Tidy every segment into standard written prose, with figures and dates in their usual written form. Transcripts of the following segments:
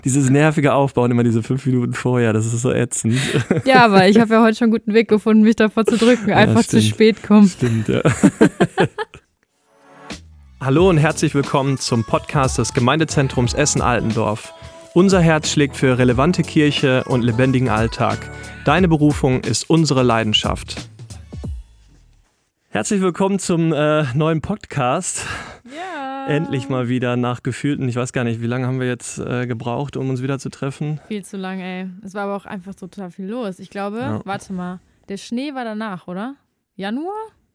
Dieses nervige Aufbauen, immer diese 5 Minuten vorher, das ist so ätzend. Ja, aber ich habe ja heute schon einen guten Weg gefunden, mich davor zu drücken, einfach zu spät kommen. Stimmt, ja. Hallo und herzlich willkommen zum Podcast des Gemeindezentrums Essen-Altendorf. Unser Herz schlägt für relevante Kirche und lebendigen Alltag. Deine Berufung ist unsere Leidenschaft. Herzlich willkommen zum neuen Podcast. Ja. Endlich mal wieder nach gefühlten, ich weiß gar nicht, wie lange haben wir jetzt gebraucht, um uns wieder zu treffen? Viel zu lang, ey. Es war aber auch einfach total viel los. Ich glaube, Warte mal, der Schnee war danach, oder? Januar?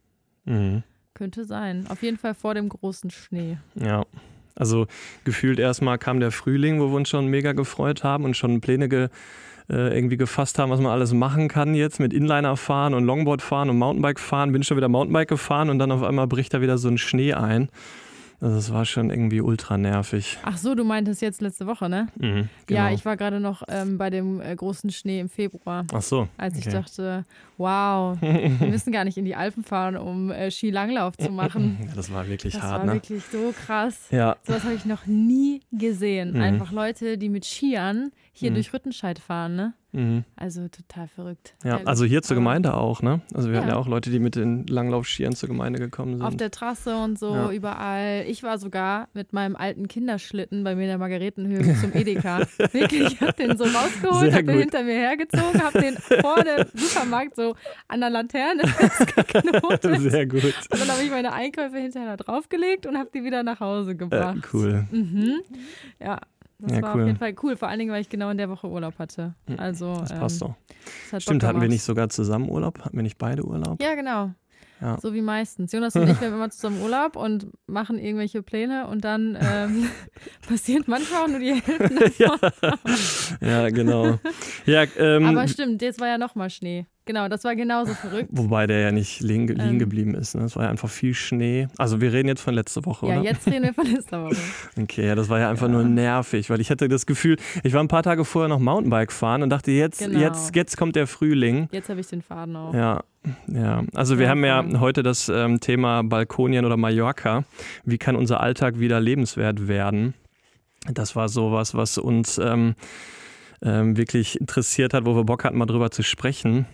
Mhm. Könnte sein. Auf jeden Fall vor dem großen Schnee. Ja, also gefühlt erstmal kam der Frühling, wo wir uns schon mega gefreut haben und schon Pläne irgendwie gefasst haben, was man alles machen kann jetzt mit Inliner fahren und Longboard fahren und Mountainbike fahren. Bin schon wieder Mountainbike gefahren und dann auf einmal bricht da wieder so ein Schnee ein. Also es war schon irgendwie ultra nervig. Ach so, du meintest jetzt letzte Woche, ne? Mhm, genau. Ja, ich war gerade noch bei dem großen Schnee im Februar. Ach so. Als ich dachte, wow, wir müssen gar nicht in die Alpen fahren, um Skilanglauf zu machen. Ja, das war wirklich das hart, war ne? wirklich so krass. Ja. Sowas habe ich noch nie gesehen. Mhm. Einfach Leute, die mit Skiern hier durch Rüttenscheid fahren, ne? Mhm. Also total verrückt. Ja, Ehrlich. also hier zur Gemeinde auch, ne? Also wir hatten ja Ja. auch Leute, die mit den Langlaufskiern zur Gemeinde gekommen sind. Auf der Trasse und so, Ja. überall. Ich war sogar mit meinem alten Kinderschlitten bei mir in der Margaretenhöhe zum Edeka. Wirklich, ich habe den so rausgeholt, habe den hinter mir hergezogen, habe den vor dem Supermarkt so an der Laterne festgeknotet. Sehr gut. Und dann habe ich meine Einkäufe hinterher da draufgelegt und habe die wieder nach Hause gebracht. Cool. Mhm. Ja, das Ja, war cool. auf jeden Fall cool. Vor allen Dingen, weil ich genau in der Woche Urlaub hatte. Also, Das passt doch. das hat Stimmt, Bock hatten wir gemacht. nicht sogar zusammen Urlaub? Hatten wir nicht beide Urlaub? Ja, genau. Ja. So wie meistens. Jonas und ich, wir haben immer zusammen Urlaub und machen irgendwelche Pläne und dann passiert manchmal auch nur die Hälfte davon. Ja, genau. Ja, Aber stimmt, jetzt war ja nochmal Schnee. Genau, das war genauso verrückt. wobei der ja nicht liegen geblieben ist. Ne? Es war ja einfach viel Schnee. Also wir reden jetzt von letzter Woche, Ja, oder? jetzt reden wir von letzter Woche. Okay, ja, das war ja einfach nur nervig, weil ich hatte das Gefühl, ich war ein paar Tage vorher noch Mountainbike fahren und dachte, jetzt kommt der Frühling. Jetzt habe ich den Faden auch. Ja. Also wir haben ja heute das Thema Balkonien oder Mallorca. Wie kann unser Alltag wieder lebenswert werden? Das war sowas, was uns wirklich interessiert hat, wo wir Bock hatten, mal drüber zu sprechen.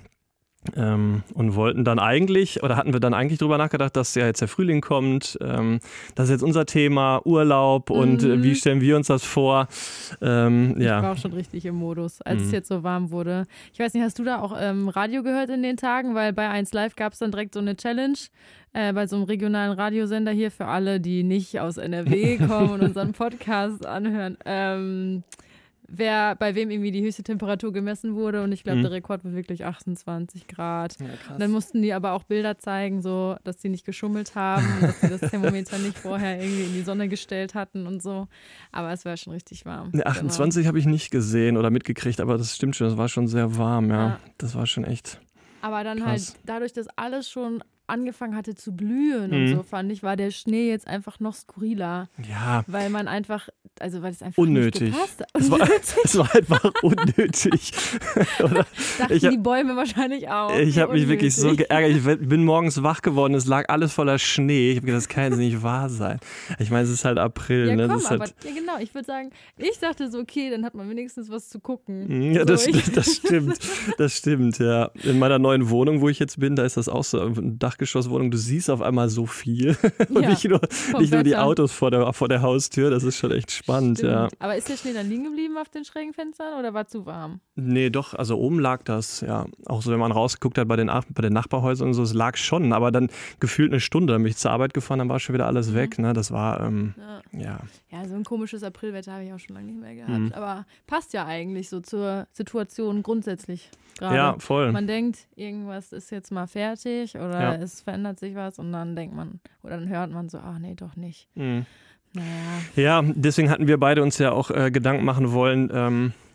Und wollten dann eigentlich, oder hatten wir dann eigentlich drüber nachgedacht, dass ja jetzt der Frühling kommt, das ist jetzt unser Thema, Urlaub und wie stellen wir uns das vor? Ich war auch schon richtig im Modus, als es jetzt so warm wurde. Ich weiß nicht, hast du da auch Radio gehört in den Tagen? Weil bei 1 Live gab es dann direkt so eine Challenge bei so einem regionalen Radiosender hier für alle, die nicht aus NRW kommen und unseren Podcast anhören. Bei wem irgendwie die höchste Temperatur gemessen wurde und ich glaube, der Rekord war wirklich 28 Grad. Ja, krass. Und dann mussten die aber auch Bilder zeigen, so, dass die nicht geschummelt haben, dass sie das Thermometer nicht vorher irgendwie in die Sonne gestellt hatten und so. Aber es war schon richtig warm. Ne, 28 habe ich nicht gesehen oder mitgekriegt, aber das stimmt schon, das war schon sehr warm, ja. Das war schon echt Aber dann krass. halt dadurch, dass alles schon angefangen hatte zu blühen und so, fand ich, war der Schnee jetzt einfach noch skurriler. Ja. Weil man einfach, weil es einfach Unnötig. nicht gepasst hat. Es war einfach unnötig. Oder? Dachten die Bäume wahrscheinlich auch. Ich habe mich wirklich so unnötig. geärgert. Ich bin morgens wach geworden, es lag alles voller Schnee. Ich habe gedacht, das kann jetzt nicht wahr sein. Ich meine, es ist halt April. Ja, ne? komm, Das ist aber halt, ja, genau, ich würde sagen, ich dachte so, okay, dann hat man wenigstens was zu gucken. ja, das So, das stimmt, ja. In meiner neuen Wohnung, wo ich jetzt bin, da ist das auch so, eine Dachgeschosswohnung, du siehst auf einmal so viel. Und Ja, nicht nur die Wetter. Autos vor der Haustür, das ist schon echt spannend, Stimmt. ja. Aber ist der Schnee dann liegen geblieben auf den schrägen Fenstern oder war zu warm? Nee, doch, also oben lag das, ja. Auch so, wenn man rausgeguckt hat bei den Nachbarhäusern und so, es lag schon, aber dann gefühlt eine Stunde, dann bin ich zur Arbeit gefahren, dann war schon wieder alles weg, ne, das war, ja. Ja, so ein komisches Aprilwetter habe ich auch schon lange nicht mehr gehabt. Aber passt ja eigentlich so zur Situation grundsätzlich gerade. Ja, voll. Man denkt, irgendwas ist jetzt mal fertig oder es verändert sich was und dann denkt man, oder dann hört man so, ach nee, doch nicht. Mhm. Naja. Ja, deswegen hatten wir beide uns ja auch Gedanken machen wollen,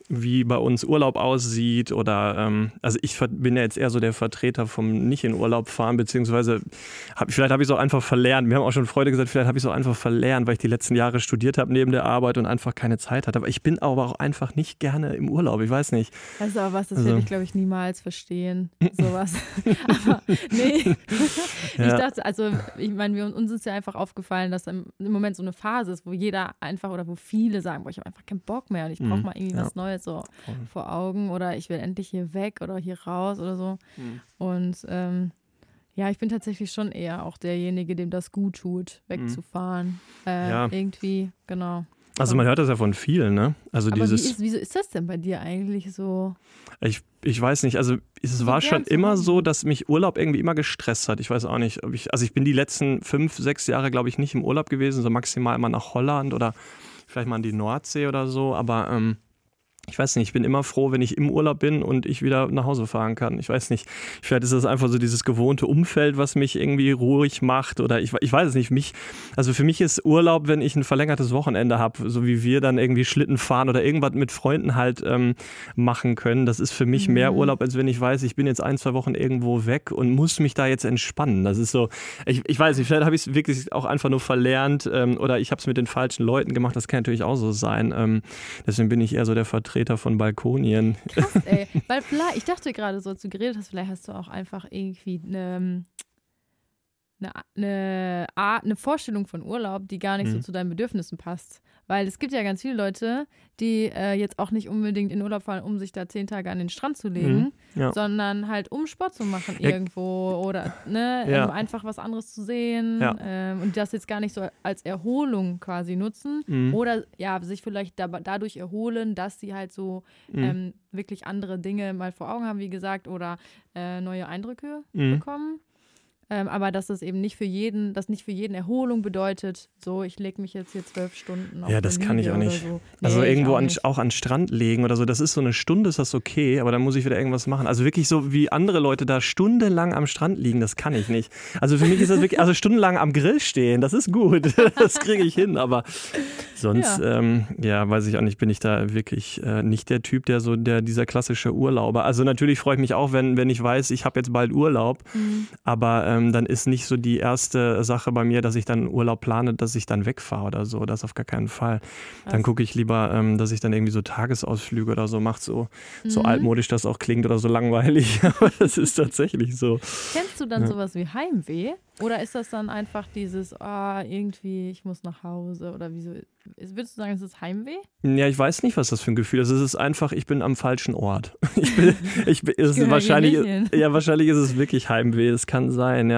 wie bei uns Urlaub aussieht oder also ich bin ja jetzt eher so der Vertreter vom nicht in Urlaub fahren, beziehungsweise vielleicht habe ich es auch einfach verlernt. Mir haben auch schon Freunde gesagt, vielleicht habe ich es auch einfach verlernt, weil ich die letzten Jahre studiert habe neben der Arbeit und einfach keine Zeit hatte. Aber ich bin aber auch einfach nicht gerne im Urlaub, ich weiß nicht. Das ist aber was, das werde ich, glaube ich, niemals verstehen, sowas. Aber nee, ich dachte, also ich meine, uns ist ja einfach aufgefallen, dass im Moment so eine Phase ist, wo jeder einfach oder wo viele sagen, boah, ich habe einfach keinen Bock mehr und ich brauche mal irgendwie was Neues so vor Augen oder ich will endlich hier weg oder hier raus oder so. Und ich bin tatsächlich schon eher auch derjenige, dem das gut tut, wegzufahren. Irgendwie, genau. Also man hört das ja von vielen, ne? Also aber wieso ist das denn bei dir eigentlich so? Ich weiß nicht, also es war schon immer so, dass mich Urlaub irgendwie immer gestresst hat. Ich weiß auch nicht, ich bin die letzten 5, 6 Jahre, glaube ich, nicht im Urlaub gewesen, so maximal immer nach Holland oder vielleicht mal in die Nordsee oder so, aber ich weiß nicht, ich bin immer froh, wenn ich im Urlaub bin und ich wieder nach Hause fahren kann. Ich weiß nicht, vielleicht ist das einfach so dieses gewohnte Umfeld, was mich irgendwie ruhig macht oder ich weiß es nicht. Also für mich ist Urlaub, wenn ich ein verlängertes Wochenende habe, so wie wir dann irgendwie Schlitten fahren oder irgendwas mit Freunden halt machen können. Das ist für mich mehr Urlaub, als wenn ich weiß, ich bin jetzt 1, 2 Wochen irgendwo weg und muss mich da jetzt entspannen. Das ist so, ich weiß nicht, vielleicht habe ich es wirklich auch einfach nur verlernt oder ich habe es mit den falschen Leuten gemacht. Das kann natürlich auch so sein. Deswegen bin ich eher so der Vertreter von Balkonien. Krass, ey. Weil ich dachte gerade so, als du geredet hast, vielleicht hast du auch einfach irgendwie eine Vorstellung von Urlaub, die gar nicht so zu deinen Bedürfnissen passt. Weil es gibt ja ganz viele Leute, die jetzt auch nicht unbedingt in Urlaub fahren, um sich da 10 Tage an den Strand zu legen, sondern halt um Sport zu machen irgendwo oder einfach was anderes zu sehen und das jetzt gar nicht so als Erholung quasi nutzen oder sich vielleicht dadurch erholen, dass sie halt so wirklich andere Dinge mal vor Augen haben, wie gesagt, oder neue Eindrücke bekommen. Aber dass das eben nicht für jeden Erholung bedeutet, so ich lege mich jetzt hier 12 Stunden auf das kann ich auch nicht. So. Also irgendwo auch an Strand legen oder so, das ist so eine Stunde, ist das okay, aber dann muss ich wieder irgendwas machen. Also wirklich so wie andere Leute da stundenlang am Strand liegen, das kann ich nicht. Also für mich ist das wirklich, also stundenlang am Grill stehen, das ist gut, das kriege ich hin, aber sonst, weiß ich auch nicht, bin ich da wirklich nicht der Typ, dieser klassische Urlauber. Also natürlich freue ich mich auch, wenn ich weiß, ich habe jetzt bald Urlaub, aber dann ist nicht so die erste Sache bei mir, dass ich dann Urlaub plane, dass ich dann wegfahre oder so. Das auf gar keinen Fall. Dann gucke ich lieber, dass ich dann irgendwie so Tagesausflüge oder so mache, so altmodisch das auch klingt oder so langweilig. Aber das ist tatsächlich so. Kennst du dann sowas wie Heimweh? Oder ist das dann einfach dieses, irgendwie, ich muss nach Hause? Oder wieso? Würdest du sagen, es ist Heimweh? Ja, ich weiß nicht, was das für ein Gefühl ist. Es ist einfach, ich bin am falschen Ort. Wahrscheinlich ist es wirklich Heimweh. Es kann sein,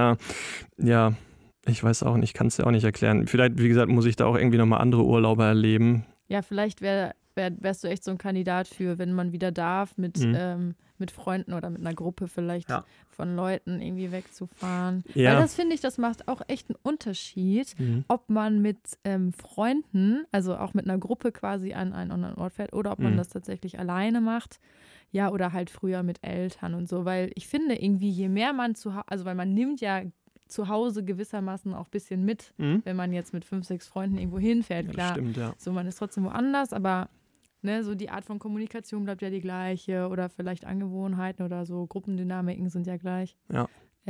ja. Ich weiß auch nicht, kann es dir auch nicht erklären. Vielleicht, wie gesagt, muss ich da auch irgendwie nochmal andere Urlaube erleben. Ja, vielleicht wärst du echt so ein Kandidat für, wenn man wieder darf, mit Freunden oder mit einer Gruppe vielleicht von Leuten irgendwie wegzufahren. Ja. Weil das finde ich, das macht auch echt einen Unterschied, ob man mit Freunden, also auch mit einer Gruppe quasi an einen anderen Ort fährt oder ob man das tatsächlich alleine macht. Ja, oder halt früher mit Eltern und so. Weil ich finde irgendwie, je mehr man weil man nimmt ja zu Hause gewissermaßen auch ein bisschen mit, wenn man jetzt mit 5, 6 Freunden irgendwo hinfährt. Klar, stimmt, so man ist trotzdem woanders, aber so die Art von Kommunikation bleibt ja die gleiche oder vielleicht Angewohnheiten oder so Gruppendynamiken sind ja gleich. Ja.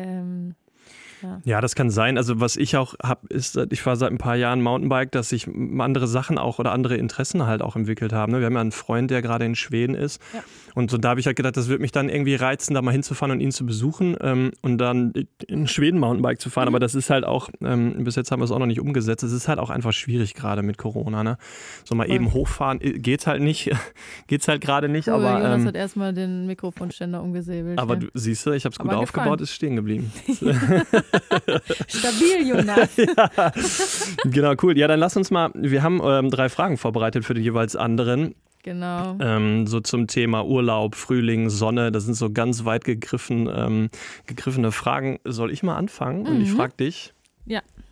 Ja, das kann sein. Also was ich auch habe, ist, ich fahre seit ein paar Jahren Mountainbike, dass sich andere Sachen auch oder andere Interessen halt auch entwickelt haben. Wir haben ja einen Freund, der gerade in Schweden ist. Ja. Und so da habe ich halt gedacht, das würde mich dann irgendwie reizen, da mal hinzufahren und ihn zu besuchen und dann in Schweden Mountainbike zu fahren. Aber das ist halt auch, bis jetzt haben wir es auch noch nicht umgesetzt, es ist halt auch einfach schwierig gerade mit Corona. Ne? So mal eben hochfahren geht's halt nicht, geht's halt gerade nicht. Cool, aber Jonas hat erstmal den Mikrofonständer umgesäbelt. Aber du siehst du, ich habe es gut aufgebaut, ist stehen geblieben. Stabil, Jonas. Ja. Genau, cool. Ja, dann lass uns mal, wir haben 3 Fragen vorbereitet für den jeweils anderen. Genau. So zum Thema Urlaub, Frühling, Sonne, das sind so ganz weit gegriffene Fragen. Soll ich mal anfangen? Und ich frage dich. Ja.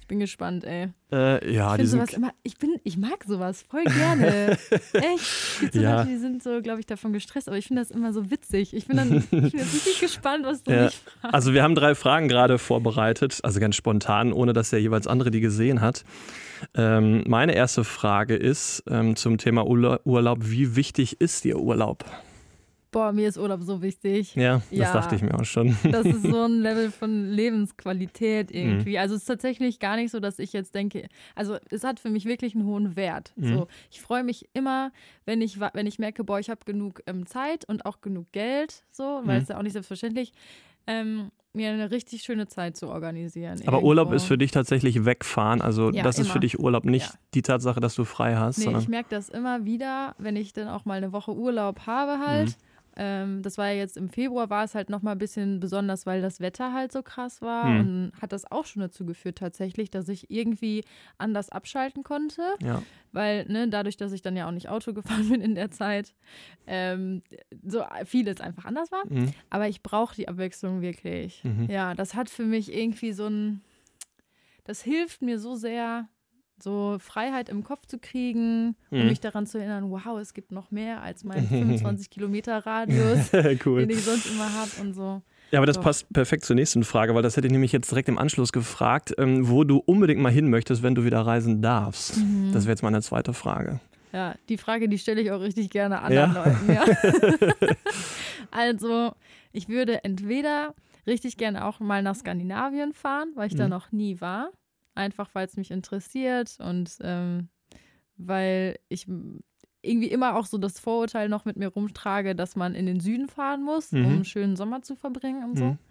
bin gespannt, ey. Ja, ich mag sowas voll gerne. Echt. Es gibt so Leute, die sind so, glaube ich, davon gestresst, aber ich finde das immer so witzig. Ich bin jetzt richtig gespannt, was du mich fragst. Also wir haben 3 Fragen gerade vorbereitet, also ganz spontan, ohne dass der jeweils andere die gesehen hat. Meine erste Frage ist zum Thema Urlaub. Wie wichtig ist dir Urlaub? Boah, mir ist Urlaub so wichtig. Ja, das dachte ich mir auch schon. Das ist so ein Level von Lebensqualität irgendwie. Also es ist tatsächlich gar nicht so, dass ich jetzt denke, also es hat für mich wirklich einen hohen Wert. So, ich freue mich immer, wenn ich merke, boah, ich habe genug Zeit und auch genug Geld, so, weil es ja auch nicht selbstverständlich, mir eine richtig schöne Zeit zu organisieren. Aber Urlaub ist für dich tatsächlich wegfahren, also das ist immer. für dich Urlaub, nicht die Tatsache, dass du frei hast. Nee, sondern ich merke das immer wieder, wenn ich dann auch mal eine Woche Urlaub habe halt. Das war ja jetzt im Februar, war es halt nochmal ein bisschen besonders, weil das Wetter halt so krass war und hat das auch schon dazu geführt tatsächlich, dass ich irgendwie anders abschalten konnte, weil dadurch, dass ich dann ja auch nicht Auto gefahren bin in der Zeit, so vieles einfach anders war, aber ich brauche die Abwechslung wirklich. Ja, das hat für mich irgendwie das hilft mir so sehr, so Freiheit im Kopf zu kriegen und mich daran zu erinnern, wow, es gibt noch mehr als meinen 25-Kilometer-Radius, cool. den ich sonst immer habe und so. Ja, aber das passt perfekt zur nächsten Frage, weil das hätte ich nämlich jetzt direkt im Anschluss gefragt, wo du unbedingt mal hin möchtest, wenn du wieder reisen darfst. Das wäre jetzt meine zweite Frage. Ja, die Frage, die stelle ich auch richtig gerne anderen Leuten. Ja. Also, ich würde entweder richtig gerne auch mal nach Skandinavien fahren, weil ich da noch nie war. Einfach, weil es mich interessiert und weil ich irgendwie immer auch so das Vorurteil noch mit mir rumtrage, dass man in den Süden fahren muss, um einen schönen Sommer zu verbringen und so.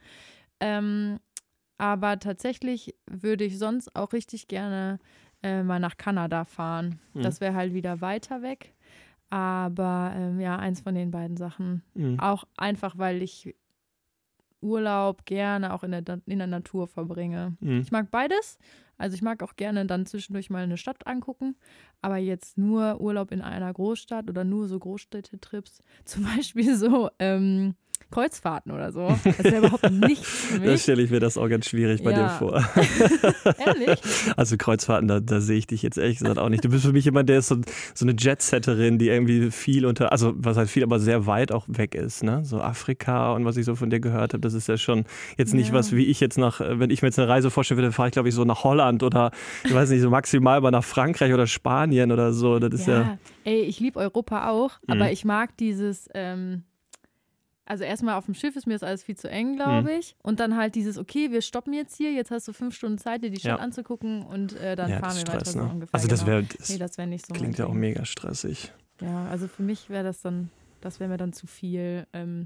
Aber tatsächlich würde ich sonst auch richtig gerne mal nach Kanada fahren. Das wäre halt wieder weiter weg. Aber eins von den beiden Sachen. Auch einfach, weil ich Urlaub gerne auch in der Natur verbringe. Ich mag beides. Also ich mag auch gerne dann zwischendurch mal eine Stadt angucken, aber jetzt nur Urlaub in einer Großstadt oder nur so Großstädtetrips, zum Beispiel so Kreuzfahrten oder so. Das wäre überhaupt nichts für mich. Da stelle ich mir das auch ganz schwierig bei dir vor. Ehrlich? Also Kreuzfahrten, da sehe ich dich jetzt ehrlich gesagt auch nicht. Du bist für mich jemand, der ist so eine Jetsetterin, die irgendwie viel also was halt viel, aber sehr weit auch weg ist. Ne? So Afrika und was ich so von dir gehört habe, das ist ja schon jetzt nicht was, wie ich jetzt wenn ich mir jetzt eine Reise vorstelle würde, fahre ich glaube ich so nach Holland oder ich weiß nicht, so maximal mal nach Frankreich oder Spanien oder so. Das ist Ey, ich liebe Europa auch, aber ich mag dieses also erstmal auf dem Schiff ist mir das alles viel zu eng, glaube ich. Und dann halt dieses, okay, wir stoppen jetzt hier, jetzt hast du 5 Stunden Zeit, dir die Stadt anzugucken und dann fahren wir Stress, weiter ne? so ungefähr. Also das wäre nicht so. Klingt ja auch mega stressig. Ja, also für mich wäre das wäre mir dann zu viel,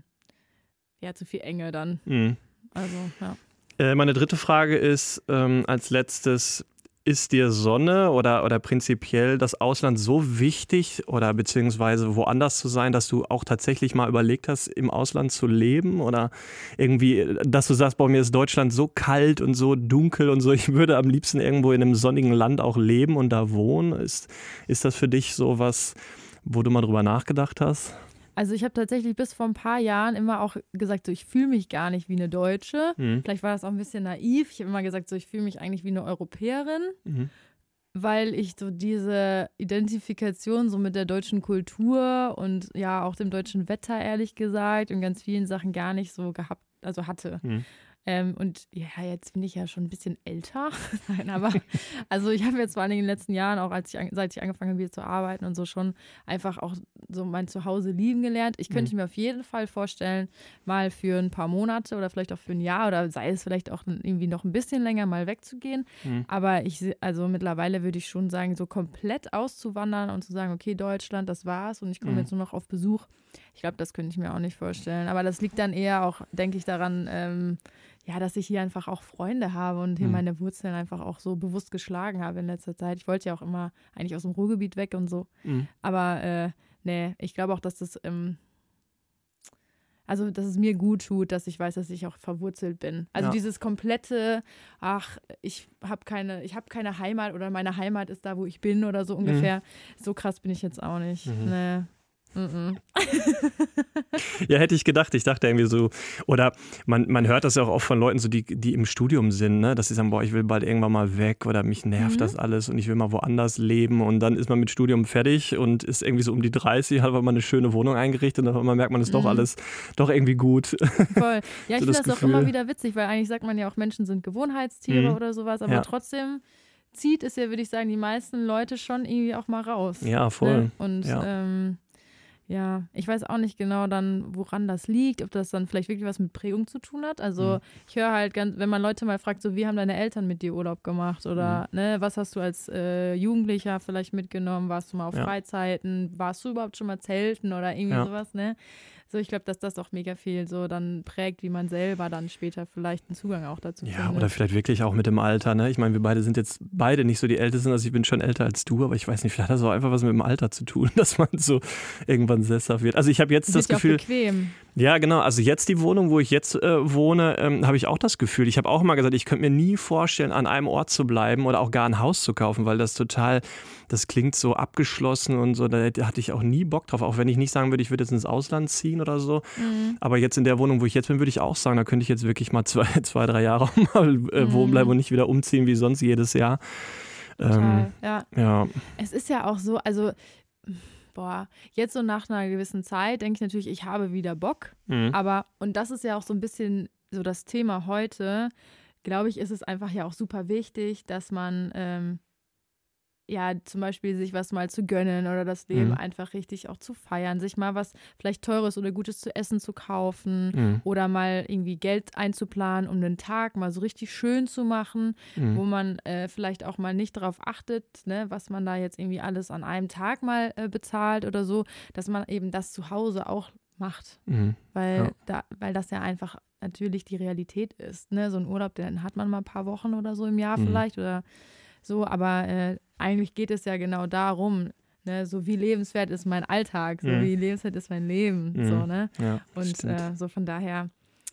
zu viel Enge dann. Also, ja. Meine dritte Frage ist als letztes, ist dir Sonne oder prinzipiell das Ausland so wichtig oder beziehungsweise woanders zu sein, dass du auch tatsächlich mal überlegt hast, im Ausland zu leben oder irgendwie, dass du sagst, boah, mir ist Deutschland so kalt und so dunkel und so, ich würde am liebsten irgendwo in einem sonnigen Land auch leben und da wohnen. Ist das für dich so was, wo du mal drüber nachgedacht hast? Also ich habe tatsächlich bis vor ein paar Jahren immer auch gesagt, so ich fühle mich gar nicht wie eine Deutsche. Vielleicht war das auch ein bisschen naiv. Ich habe immer gesagt, so ich fühle mich eigentlich wie eine Europäerin, weil ich so diese Identifikation so mit der deutschen Kultur und ja auch dem deutschen Wetter, ehrlich gesagt, und ganz vielen Sachen gar nicht so hatte. Und ja, jetzt bin ich ja schon ein bisschen älter. Nein, aber also ich habe jetzt vor allem in den letzten Jahren, auch seit ich angefangen habe, hier zu arbeiten und so, schon einfach auch so mein Zuhause lieben gelernt. Ich könnte mir auf jeden Fall vorstellen, mal für ein paar Monate oder vielleicht auch für ein Jahr oder sei es vielleicht auch irgendwie noch ein bisschen länger mal wegzugehen. Aber also mittlerweile würde ich schon sagen, so komplett auszuwandern und zu sagen, okay, Deutschland, das war's und ich komme jetzt nur noch auf Besuch. Ich glaube, das könnte ich mir auch nicht vorstellen. Aber das liegt dann eher auch, denke ich, daran, dass ich hier einfach auch Freunde habe und hier meine Wurzeln einfach auch so bewusst geschlagen habe in letzter Zeit. Ich wollte ja auch immer eigentlich aus dem Ruhrgebiet weg und so. Aber ich glaube auch, dass dass es mir gut tut, dass ich weiß, dass ich auch verwurzelt bin. Also dieses komplette, ich habe keine Heimat oder meine Heimat ist da, wo ich bin oder so ungefähr. So krass bin ich jetzt auch nicht. Nee. Ja, hätte ich gedacht. Ich dachte irgendwie so, oder man hört das ja auch oft von Leuten, so die im Studium sind, ne? Dass sie sagen, boah, ich will bald irgendwann mal weg oder mich nervt das alles und ich will mal woanders leben. Und dann ist man mit Studium fertig und ist irgendwie so um die 30, hat aber mal eine schöne Wohnung eingerichtet und auf einmal merkt man, ist doch alles doch irgendwie gut. Voll. Ja, ich so finde das auch immer wieder witzig, weil eigentlich sagt man ja auch, Menschen sind Gewohnheitstiere oder sowas, aber trotzdem zieht es ja, würde ich sagen, die meisten Leute schon irgendwie auch mal raus. Ja, voll. Ne? Und ja, ich weiß auch nicht genau dann, woran das liegt, ob das dann vielleicht wirklich was mit Prägung zu tun hat. Also ich höre halt ganz, wenn man Leute mal fragt, so wie haben deine Eltern mit dir Urlaub gemacht oder ne, was hast du als Jugendlicher vielleicht mitgenommen, warst du mal auf Freizeiten, warst du überhaupt schon mal zelten oder irgendwie sowas, ne? So, ich glaube, dass das auch mega viel so dann prägt, wie man selber dann später vielleicht einen Zugang auch dazu findet. Ja, oder vielleicht wirklich auch mit dem Alter, ne? Ich meine, wir beide sind jetzt beide nicht so die Ältesten, also ich bin schon älter als du, aber ich weiß nicht, vielleicht hat das auch einfach was mit dem Alter zu tun, dass man so irgendwann sesshaft wird. Also ich habe jetzt das Gefühl... bequem. Ja, genau. Also jetzt die Wohnung, wo ich jetzt wohne, habe ich auch das Gefühl. Ich habe auch mal gesagt, ich könnte mir nie vorstellen, an einem Ort zu bleiben oder auch gar ein Haus zu kaufen, weil das klingt so abgeschlossen und so. Da hatte ich auch nie Bock drauf. Auch wenn ich nicht sagen würde, ich würde jetzt ins Ausland ziehen oder so. Aber jetzt in der Wohnung, wo ich jetzt bin, würde ich auch sagen, da könnte ich jetzt wirklich mal 2-3 Jahre mal wohnen bleiben und nicht wieder umziehen wie sonst jedes Jahr. Total, ja. Es ist ja auch so, also... Boah, jetzt so nach einer gewissen Zeit denke ich natürlich, ich habe wieder Bock. Aber, und das ist ja auch so ein bisschen so das Thema heute, glaube ich, ist es einfach ja auch super wichtig, dass man ja zum Beispiel sich was mal zu gönnen oder das Leben einfach richtig auch zu feiern, sich mal was vielleicht Teures oder Gutes zu essen zu kaufen oder mal irgendwie Geld einzuplanen, um den Tag mal so richtig schön zu machen, wo man vielleicht auch mal nicht darauf achtet, ne, was man da jetzt irgendwie alles an einem Tag mal bezahlt oder so, dass man eben das zu Hause auch macht, weil das ja einfach natürlich die Realität ist, ne, so ein Urlaub, den hat man mal ein paar Wochen oder so im Jahr vielleicht oder so, aber eigentlich geht es ja genau darum, ne, so wie lebenswert ist mein Alltag, so wie lebenswert ist mein Leben, so, ne? Ja, und so von daher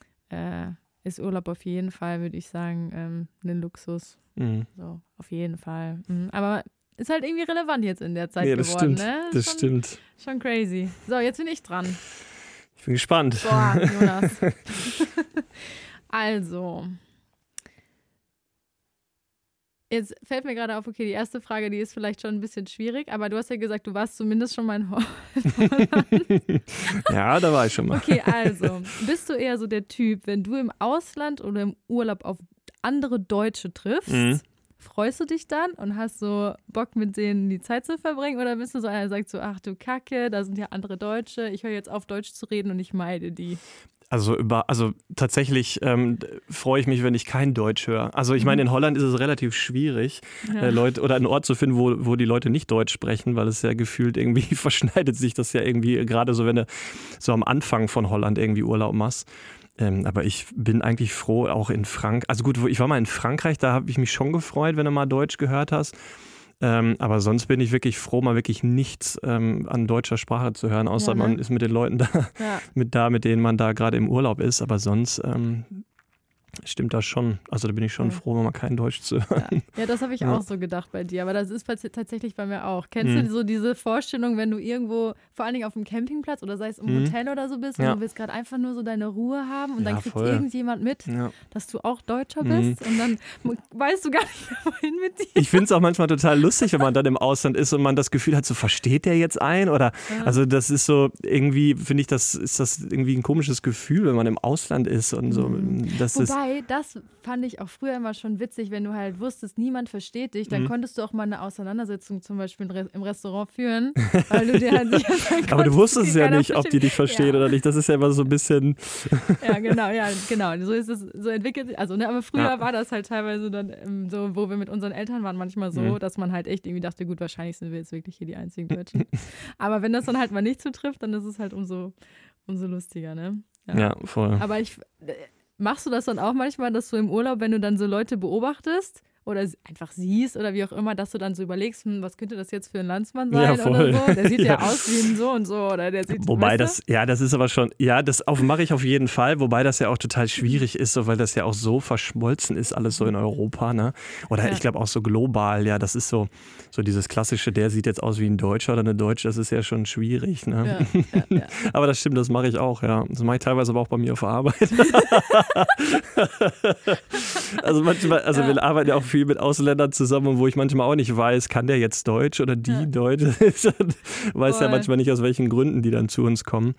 ist Urlaub auf jeden Fall, würde ich sagen, ein Luxus. So, auf jeden Fall. Aber ist halt irgendwie relevant jetzt in der Zeit geworden, ne? Das stimmt. Schon crazy. So, jetzt bin ich dran. Ich bin gespannt. Boah, Jonas. Also... Jetzt fällt mir gerade auf, okay, die erste Frage, die ist vielleicht schon ein bisschen schwierig, aber du hast ja gesagt, du warst zumindest schon mal in Holland. Ja, da war ich schon mal. Okay, also, bist du eher so der Typ, wenn du im Ausland oder im Urlaub auf andere Deutsche triffst, freust du dich dann und hast so Bock, mit denen die Zeit zu verbringen? Oder bist du so einer, der sagt so, ach du Kacke, da sind ja andere Deutsche, ich höre jetzt auf, Deutsch zu reden und ich meide die? Also tatsächlich freue ich mich, wenn ich kein Deutsch höre. Also ich meine, in Holland ist es relativ schwierig, Leute oder einen Ort zu finden, wo die Leute nicht Deutsch sprechen, weil es ja gefühlt irgendwie verschneidet sich das ja irgendwie, gerade so, wenn du so am Anfang von Holland irgendwie Urlaub machst. Aber ich bin eigentlich froh, auch in Frankreich. Also gut, ich war mal in Frankreich, da habe ich mich schon gefreut, wenn du mal Deutsch gehört hast. Aber sonst bin ich wirklich froh, mal wirklich nichts an deutscher Sprache zu hören, außer man ist mit den Leuten mit denen man da gerade im Urlaub ist. Aber sonst stimmt das schon. Also da bin ich schon froh, mal kein Deutsch zu hören. Ja, das habe ich auch so gedacht bei dir. Aber das ist tatsächlich bei mir auch. Kennst du so diese Vorstellung, wenn du irgendwo, vor allen Dingen auf dem Campingplatz oder sei es im Hotel oder so bist, und du willst gerade einfach nur so deine Ruhe haben und dann kriegt irgendjemand mit, dass du auch Deutscher bist und dann weißt du gar nicht, wohin mit dir. Ich finde es auch manchmal total lustig, wenn man dann im Ausland ist und man das Gefühl hat, so versteht der jetzt ein? Oder also das ist so irgendwie, finde ich, ist das irgendwie ein komisches Gefühl, wenn man im Ausland ist und so. Wobei, das fand ich auch früher immer schon witzig, wenn du halt wusstest, niemand versteht dich, dann konntest du auch mal eine Auseinandersetzung zum Beispiel im Restaurant führen, weil du dir halt sicher sein konntest. Aber du wusstest ja nicht, ob die dich verstehen oder nicht. Das ist ja immer so ein bisschen... Ja, genau. So ist es, so entwickelt. Also, ne, aber früher war das halt teilweise dann so, wo wir mit unseren Eltern waren, manchmal so, dass man halt echt irgendwie dachte, gut, wahrscheinlich sind wir jetzt wirklich hier die einzigen Deutschen. Aber wenn das dann halt mal nicht zutrifft, dann ist es halt umso lustiger, ne? Ja, voll. Aber machst du das dann auch manchmal, dass du im Urlaub, wenn du dann so Leute beobachtest oder einfach siehst oder wie auch immer, dass du dann so überlegst, was könnte das jetzt für ein Landsmann sein oder so. Der sieht ja aus wie ein so und so oder der sieht. Wobei das ist aber schon, das mache ich auf jeden Fall, wobei das ja auch total schwierig ist, so, weil das ja auch so verschmolzen ist, alles so in Europa, ne? Oder ich glaube auch so global, das ist so dieses klassische, der sieht jetzt aus wie ein Deutscher oder eine Deutsche, das ist ja schon schwierig, ne? Ja. Aber das stimmt, das mache ich auch, ja. Das mache ich teilweise aber auch bei mir auf der Arbeit. Also manchmal, wir arbeiten ja auch viel mit Ausländern zusammen, wo ich manchmal auch nicht weiß, kann der jetzt Deutsch oder die Deutsch? Weiß ja manchmal nicht, aus welchen Gründen die dann zu uns kommen.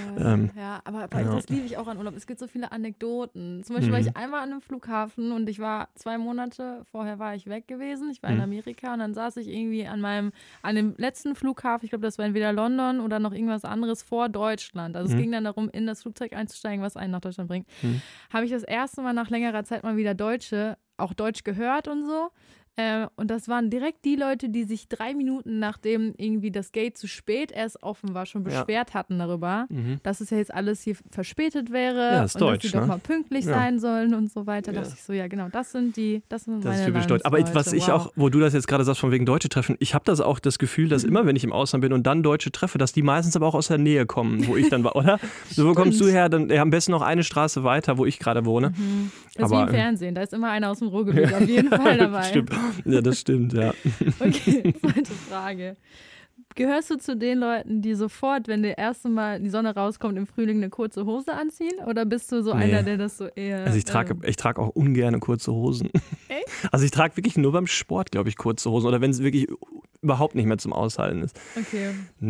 Aber das liebe ich auch an Urlaub. Es gibt so viele Anekdoten. Zum Beispiel war ich einmal an einem Flughafen und ich war 2 Monate, vorher war ich weg gewesen. Ich war in Amerika und dann saß ich irgendwie an dem letzten Flughafen, ich glaube, das war entweder London oder noch irgendwas anderes vor Deutschland. Also es ging dann darum, in das Flugzeug einzusteigen, was einen nach Deutschland bringt. Habe ich das erste Mal nach längerer Zeit mal wieder auch Deutsch gehört und so. Und das waren direkt die Leute, die sich 3 Minuten nachdem irgendwie das Gate zu spät erst offen war, schon beschwert hatten darüber, dass es ja jetzt alles hier verspätet wäre und Deutsch, dass sie doch mal pünktlich sein sollen und so weiter. Da dachte ich so, genau, das sind meine typisch Deutsch. Aber was ich auch, wo du das jetzt gerade sagst, von wegen Deutsche treffen, ich habe das auch das Gefühl, dass immer, wenn ich im Ausland bin und dann Deutsche treffe, dass die meistens aber auch aus der Nähe kommen, wo ich dann war, oder? So, wo kommst du her? Dann am besten noch eine Straße weiter, wo ich gerade wohne. Das ist wie im Fernsehen, da ist immer einer aus dem Ruhrgebiet auf jeden Fall dabei. Stimmt. Ja, das stimmt, ja. Okay, zweite Frage. Gehörst du zu den Leuten, die sofort, wenn der erste Mal die Sonne rauskommt, im Frühling eine kurze Hose anziehen? Oder bist du so einer, der das so eher... Also ich trage auch ungern kurze Hosen. Echt? Also ich trage wirklich nur beim Sport, glaube ich, kurze Hosen. Oder wenn es wirklich überhaupt nicht mehr zum Aushalten ist. Okay.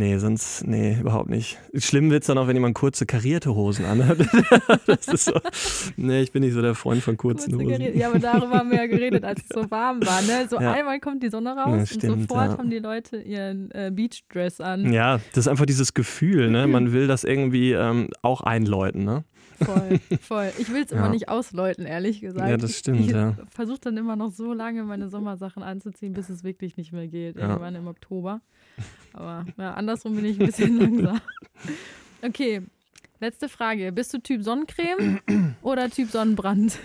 Nee, überhaupt nicht. Schlimm wird es dann auch, wenn jemand kurze karierte Hosen anhat. Das ist so, ich bin nicht so der Freund von kurzen Hosen. Ja, aber darüber haben wir ja geredet, als es so warm war. Ne? So einmal kommt die Sonne raus und sofort haben die Leute ihren Beachdress an. Ja, das ist einfach dieses Gefühl, ne? Man will das irgendwie auch einläuten, ne? Voll. Ich will es immer nicht ausläuten, ehrlich gesagt. Ja, das stimmt, Ich versuche dann immer noch so lange meine Sommersachen anzuziehen, bis es wirklich nicht mehr geht. Irgendwann im Oktober. Aber andersrum bin ich ein bisschen langsam. Okay, letzte Frage. Bist du Typ Sonnencreme oder Typ Sonnenbrand?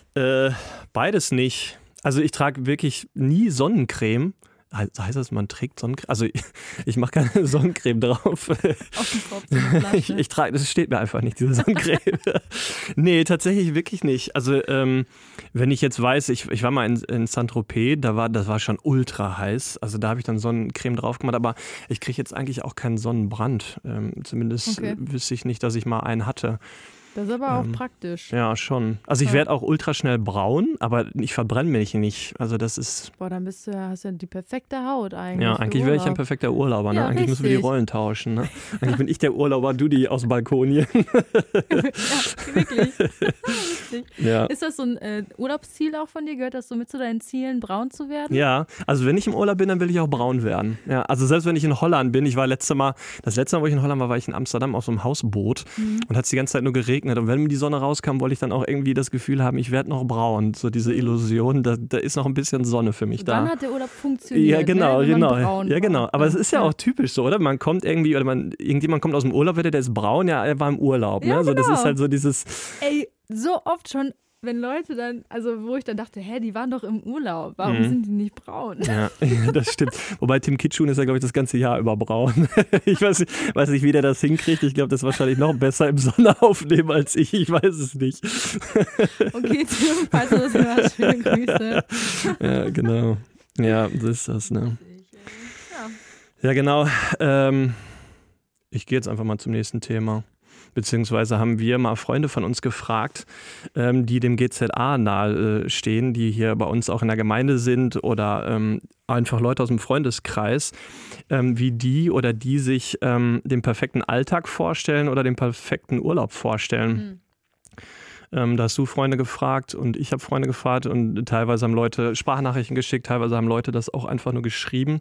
Beides nicht. Also ich trage wirklich nie Sonnencreme. Heißt das, man trägt Sonnencreme? Also ich mache keine Sonnencreme drauf. Auf den Kopf, ich trage, das steht mir einfach nicht, diese Sonnencreme. Nee, tatsächlich wirklich nicht. Also wenn ich jetzt weiß, ich war mal in Saint-Tropez, das war schon ultra heiß. Also da habe ich dann Sonnencreme drauf gemacht, aber ich kriege jetzt eigentlich auch keinen Sonnenbrand. Zumindest wüsste ich nicht, dass ich mal einen hatte. Das ist aber auch praktisch. Ja, schon. Also ich werde auch ultra schnell braun, aber ich verbrenne mich nicht. Also das ist... Boah, dann hast du ja die perfekte Haut eigentlich. Ja, eigentlich wäre ich ein perfekter Urlauber. Ne? Ja, eigentlich müssen wir die Rollen tauschen. Ne? Eigentlich bin ich der Urlauber, du die aus Balkonien. Ja, wirklich. Ja. Ist das so ein Urlaubsziel auch von dir? Gehört das so mit zu deinen Zielen, braun zu werden? Ja, also wenn ich im Urlaub bin, dann will ich auch braun werden. Ja, also selbst wenn ich in Holland bin, das letzte Mal, wo ich in Holland war ich in Amsterdam auf so einem Hausboot und hat es die ganze Zeit nur geregnet. Und wenn mir die Sonne rauskam, wollte ich dann auch irgendwie das Gefühl haben, ich werde noch braun. So diese Illusion, da ist noch ein bisschen Sonne für mich da. Wann hat der Urlaub funktioniert? Ja, genau, ne? genau. Ja, genau. Aber es ist ja auch typisch so, oder? Man kommt irgendwie, oder irgendjemand kommt aus dem Urlaub, der ist braun, ja, er war im Urlaub. Ne? Ja, so, genau. das ist halt so dieses... Ey, so oft schon, wenn Leute dann, also wo ich dann dachte, die waren doch im Urlaub, warum sind die nicht braun? Ja, das stimmt. Wobei Tim Kitschun ist ja, glaube ich, das ganze Jahr über braun. Ich weiß nicht, wie der das hinkriegt. Ich glaube, das ist wahrscheinlich noch besser im Sonnenaufnehmen als ich. Ich weiß es nicht. Okay, Tim, falls du das hörst, schöne Grüße. Ja, genau. Ja, so ist das, ne? Ja, genau. Ich gehe jetzt einfach mal zum nächsten Thema. Beziehungsweise haben wir mal Freunde von uns gefragt, die dem GZA nahe stehen, die hier bei uns auch in der Gemeinde sind oder einfach Leute aus dem Freundeskreis, wie die oder die sich den perfekten Alltag vorstellen oder den perfekten Urlaub vorstellen. Da hast du Freunde gefragt und ich habe Freunde gefragt und teilweise haben Leute Sprachnachrichten geschickt, teilweise haben Leute das auch einfach nur geschrieben.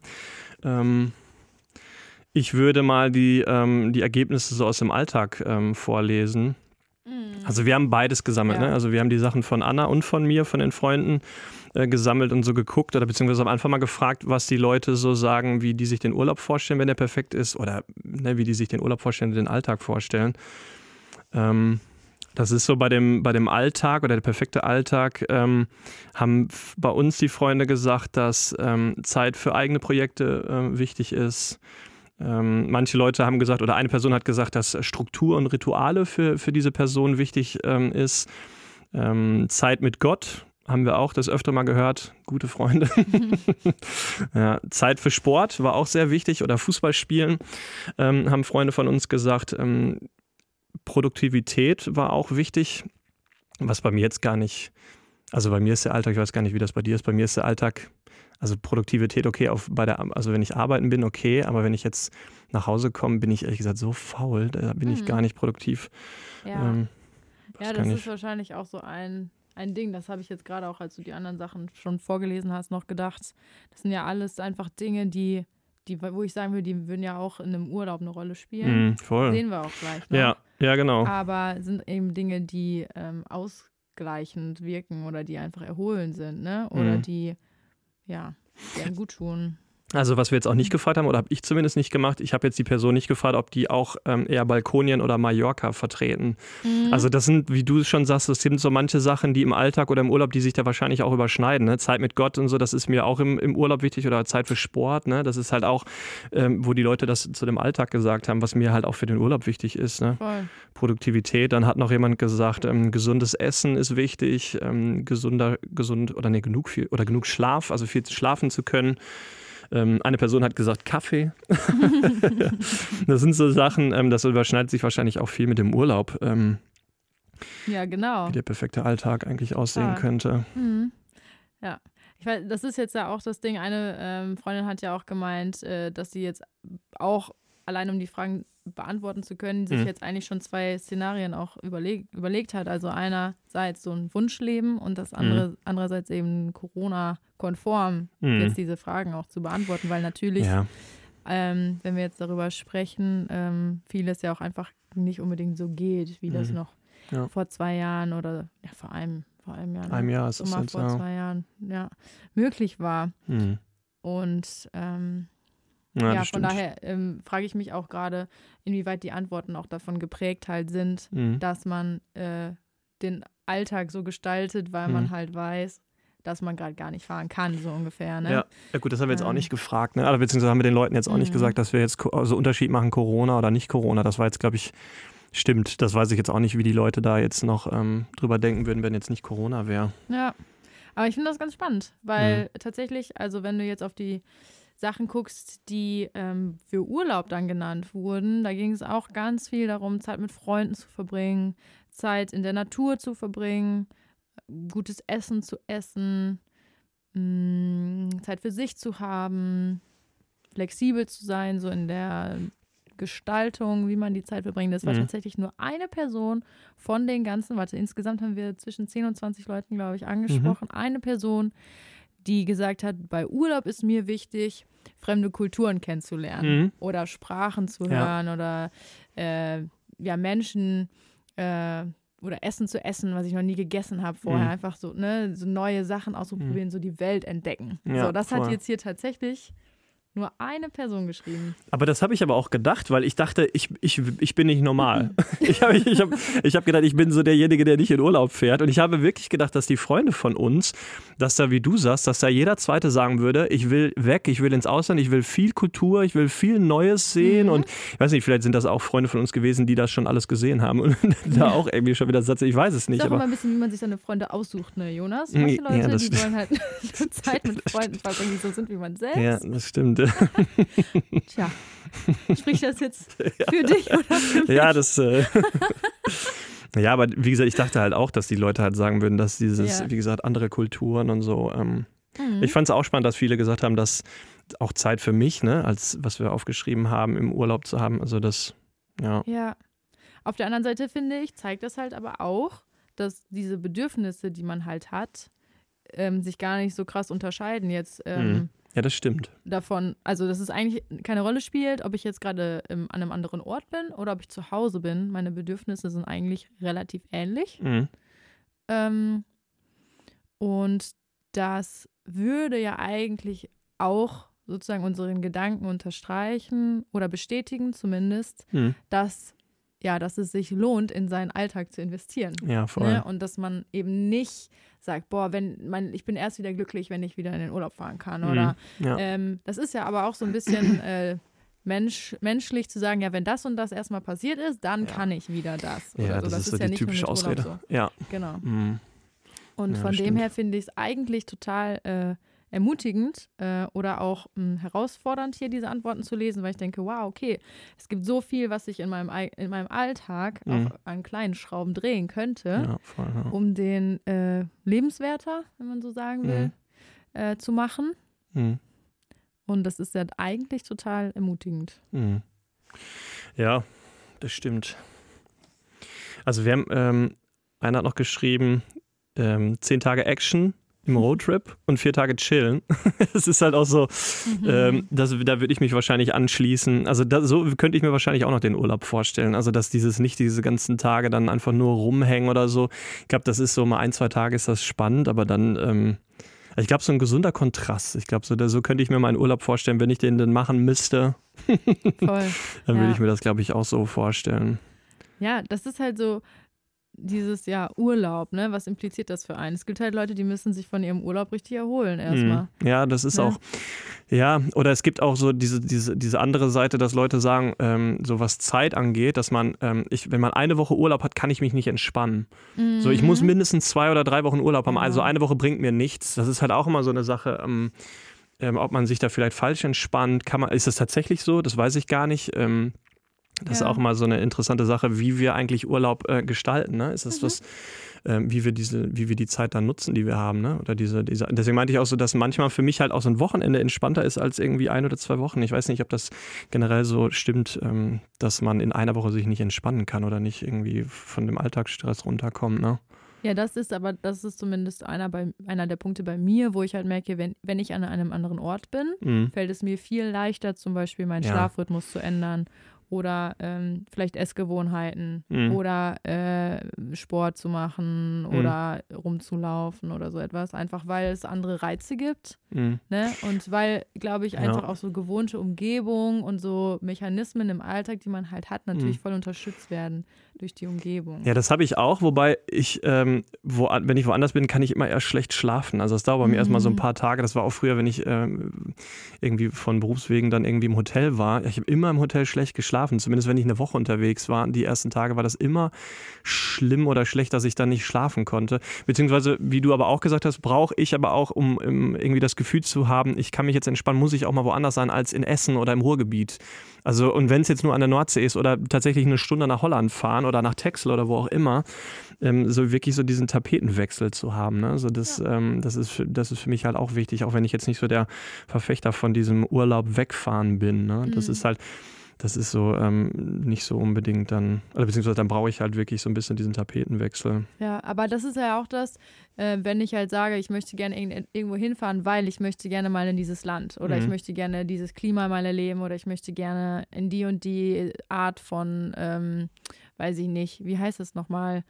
Ich würde mal die Ergebnisse so aus dem Alltag vorlesen. Also wir haben beides gesammelt. Ja. Ne? Also wir haben die Sachen von Anna und von mir, von den Freunden gesammelt und so geguckt oder beziehungsweise am Anfang mal gefragt, was die Leute so sagen, wie die sich den Urlaub vorstellen, wenn der perfekt ist oder wie die sich den Urlaub vorstellen, den Alltag vorstellen. Das ist so bei dem Alltag oder der perfekte Alltag, haben bei uns die Freunde gesagt, dass Zeit für eigene Projekte wichtig ist. Manche Leute haben gesagt, oder eine Person hat gesagt, dass Struktur und Rituale für diese Person wichtig ist. Zeit mit Gott haben wir auch das öfter mal gehört, gute Freunde. Ja, Zeit für Sport war auch sehr wichtig oder Fußball spielen, haben Freunde von uns gesagt. Produktivität war auch wichtig, was bei mir jetzt gar nicht, also bei mir ist der Alltag, ich weiß gar nicht, wie das bei dir ist, bei mir ist der Alltag, also Produktivität okay, also wenn ich arbeiten bin, okay, aber wenn ich jetzt nach Hause komme, bin ich ehrlich gesagt so faul, da bin ich gar nicht produktiv. Ja, das ist wahrscheinlich auch so ein Ding, das habe ich jetzt gerade auch, als du die anderen Sachen schon vorgelesen hast, noch gedacht. Das sind ja alles einfach Dinge, die, wo ich sagen würde, die würden ja auch in einem Urlaub eine Rolle spielen. Voll. Sehen wir auch gleich noch. Ja, genau. Aber sind eben Dinge, die ausgleichend wirken oder die einfach erholend sind, ne? Oder die einem gut tun. Also was wir jetzt auch nicht gefragt haben, oder habe ich zumindest nicht gemacht, ich habe jetzt die Person nicht gefragt, ob die auch eher Balkonien oder Mallorca vertreten. Also das sind, wie du schon sagst, das sind so manche Sachen, die im Alltag oder im Urlaub, die sich da wahrscheinlich auch überschneiden. Ne? Zeit mit Gott und so, das ist mir auch im Urlaub wichtig, oder Zeit für Sport. Ne? Das ist halt auch, wo die Leute das zu dem Alltag gesagt haben, was mir halt auch für den Urlaub wichtig ist. Ne? Produktivität. Dann hat noch jemand gesagt, gesundes Essen ist wichtig, genug Schlaf, also viel schlafen zu können. Eine Person hat gesagt Kaffee. Das sind so Sachen, das überschneidet sich wahrscheinlich auch viel mit dem Urlaub. Ja, genau. Wie der perfekte Alltag eigentlich aussehen könnte. Ja, ich weiß, das ist jetzt ja auch das Ding. Eine Freundin hat ja auch gemeint, dass sie jetzt auch, allein um die Fragen beantworten zu können, sich jetzt eigentlich schon 2 Szenarien auch überlegt hat. Also einerseits so ein Wunschleben und das andere andererseits eben Corona-konform jetzt diese Fragen auch zu beantworten, weil natürlich, wenn wir jetzt darüber sprechen, vieles ja auch einfach nicht unbedingt so geht, wie das noch vor 2 Jahren oder vor einem Jahr. Einem Jahr ist es jetzt vor 2 Jahren möglich war. Und von daher frage ich mich auch gerade, inwieweit die Antworten auch davon geprägt halt sind, dass man den Alltag so gestaltet, weil man halt weiß, dass man gerade gar nicht fahren kann, so ungefähr. Ne? Ja gut, das haben wir jetzt auch nicht gefragt. Ne? Oder beziehungsweise haben wir den Leuten jetzt auch nicht gesagt, dass wir jetzt so Unterschied machen, Corona oder nicht Corona. Das war jetzt, glaube ich, stimmt. Das weiß ich jetzt auch nicht, wie die Leute da jetzt noch drüber denken würden, wenn jetzt nicht Corona wäre. Ja, aber ich finde das ganz spannend, weil tatsächlich, also wenn du jetzt auf die Sachen guckst, die für Urlaub dann genannt wurden, da ging es auch ganz viel darum, Zeit mit Freunden zu verbringen, Zeit in der Natur zu verbringen, gutes Essen zu essen, Zeit für sich zu haben, flexibel zu sein, so in der Gestaltung, wie man die Zeit verbringt. Das war tatsächlich nur eine Person von den ganzen, insgesamt haben wir zwischen 10 und 20 Leuten, glaube ich, angesprochen, eine Person, die gesagt hat, bei Urlaub ist mir wichtig, fremde Kulturen kennenzulernen oder Sprachen zu hören oder Menschen oder Essen zu essen, was ich noch nie gegessen habe vorher. Einfach so, ne, so neue Sachen auszuprobieren, so die Welt entdecken. Ja, so, das hat jetzt hier tatsächlich nur eine Person geschrieben. Aber das habe ich aber auch gedacht, weil ich dachte, ich bin nicht normal. Ich hab gedacht, ich bin so derjenige, der nicht in Urlaub fährt. Und ich habe wirklich gedacht, dass die Freunde von uns, dass da, wie du sagst, dass da jeder Zweite sagen würde, ich will weg, ich will ins Ausland, ich will viel Kultur, ich will viel Neues sehen. Und ich weiß nicht, vielleicht sind das auch Freunde von uns gewesen, die das schon alles gesehen haben. Und da auch irgendwie schon wieder Satz, ich weiß es nicht. Das ist auch immer ein bisschen, wie man sich seine Freunde aussucht, ne, Jonas? Manche Leute, die wollen halt Zeit mit Freunden verbringen, die so sind wie man selbst. Ja, das stimmt. Tja, spricht das jetzt für dich oder für mich? Ja, das. Ja, aber wie gesagt, ich dachte halt auch, dass die Leute halt sagen würden, dass wie gesagt, andere Kulturen und so. Ich fand es auch spannend, dass viele gesagt haben, dass auch Zeit für mich, ne, als was wir aufgeschrieben haben, im Urlaub zu haben. Also das, Ja. Auf der anderen Seite, finde ich, zeigt das halt aber auch, dass diese Bedürfnisse, die man halt hat, sich gar nicht so krass unterscheiden jetzt. Ja, das stimmt. Davon, also dass es eigentlich keine Rolle spielt, ob ich jetzt gerade an einem anderen Ort bin oder ob ich zu Hause bin. Meine Bedürfnisse sind eigentlich relativ ähnlich. Und das würde ja eigentlich auch sozusagen unseren Gedanken unterstreichen oder bestätigen zumindest, dass dass es sich lohnt, in seinen Alltag zu investieren. Ja, voll. Ne? Und dass man eben nicht sagt, ich bin erst wieder glücklich, wenn ich wieder in den Urlaub fahren kann. Oder das ist ja aber auch so ein bisschen menschlich zu sagen, ja, wenn das und das erstmal passiert ist, dann kann ich wieder das. Ja, so. das ist so die typische Ausrede. So. Ja. Genau. Mhm. Und von dem her finde ich es eigentlich total ermutigend oder auch herausfordernd, hier diese Antworten zu lesen, weil ich denke, wow, okay, es gibt so viel, was ich in meinem Alltag auch an kleinen Schrauben drehen könnte, um den lebenswerter, wenn man so sagen will, zu machen. Mhm. Und das ist ja eigentlich total ermutigend. Mhm. Ja, das stimmt. Also wir haben, einer hat noch geschrieben, 10 Tage Action im Roadtrip und 4 Tage chillen. Das ist halt auch so, da würde ich mich wahrscheinlich anschließen. Also so könnte ich mir wahrscheinlich auch noch den Urlaub vorstellen. Also dass nicht diese ganzen Tage dann einfach nur rumhängen oder so. Ich glaube, das ist so mal 1, 2 Tage ist das spannend, aber dann ich glaube, so ein gesunder Kontrast. Ich glaube, so könnte ich mir meinen Urlaub vorstellen, wenn ich den dann machen müsste. Voll. Dann würde ich mir das, glaube ich, auch so vorstellen. Ja, das ist halt so dieses Urlaub, ne? Was impliziert das für einen? Es gibt halt Leute, die müssen sich von ihrem Urlaub richtig erholen erstmal. Ja, das ist auch, oder es gibt auch so diese andere Seite, dass Leute sagen, so was Zeit angeht, dass man, wenn man eine Woche Urlaub hat, kann ich mich nicht entspannen. So, ich muss mindestens 2 oder 3 Wochen Urlaub haben, also eine Woche bringt mir nichts. Das ist halt auch immer so eine Sache, ob man sich da vielleicht falsch entspannt. Ist das tatsächlich so? Das weiß ich gar nicht. Das ist auch mal so eine interessante Sache, wie wir eigentlich Urlaub gestalten. Ne? Ist das was, wie wir die Zeit dann nutzen, die wir haben? Ne? Oder deswegen meinte ich auch so, dass manchmal für mich halt auch so ein Wochenende entspannter ist als irgendwie 1 oder 2 Wochen. Ich weiß nicht, ob das generell so stimmt, dass man in einer Woche sich nicht entspannen kann oder nicht irgendwie von dem Alltagsstress runterkommt. Ne? Ja, das ist zumindest einer der Punkte bei mir, wo ich halt merke, wenn ich an einem anderen Ort bin, fällt es mir viel leichter, zum Beispiel meinen Schlafrhythmus zu ändern. Oder vielleicht Essgewohnheiten oder Sport zu machen oder rumzulaufen oder so etwas. Einfach weil es andere Reize gibt. Ne? Und weil, glaube ich, einfach auch so gewohnte Umgebung und so Mechanismen im Alltag, die man halt hat, natürlich voll unterstützt werden durch die Umgebung. Ja, das habe ich auch, wobei ich, wenn ich woanders bin, kann ich immer eher schlecht schlafen. Also das dauert bei mir erstmal so ein paar Tage. Das war auch früher, wenn ich irgendwie von Berufswegen dann irgendwie im Hotel war. Ich habe immer im Hotel schlecht geschlafen, zumindest wenn ich eine Woche unterwegs war. Die ersten Tage war das immer schlimm oder schlecht, dass ich dann nicht schlafen konnte. Beziehungsweise, wie du aber auch gesagt hast, brauche ich aber auch, um irgendwie das Gefühl zu haben, ich kann mich jetzt entspannen, muss ich auch mal woanders sein als in Essen oder im Ruhrgebiet. Also, und wenn es jetzt nur an der Nordsee ist oder tatsächlich eine Stunde nach Holland fahren oder nach Texel oder wo auch immer, so wirklich so diesen Tapetenwechsel zu haben. Ne? Also das ist für mich halt auch wichtig, auch wenn ich jetzt nicht so der Verfechter von diesem Urlaub wegfahren bin. Ne? Das ist so nicht so unbedingt dann, oder beziehungsweise dann brauche ich halt wirklich so ein bisschen diesen Tapetenwechsel. Ja, aber das ist ja auch das, wenn ich halt sage, ich möchte gerne irgendwo hinfahren, weil ich möchte gerne mal in dieses Land oder ich möchte gerne dieses Klima mal erleben oder ich möchte gerne in die und die Art von, weiß ich nicht, wie heißt es nochmal,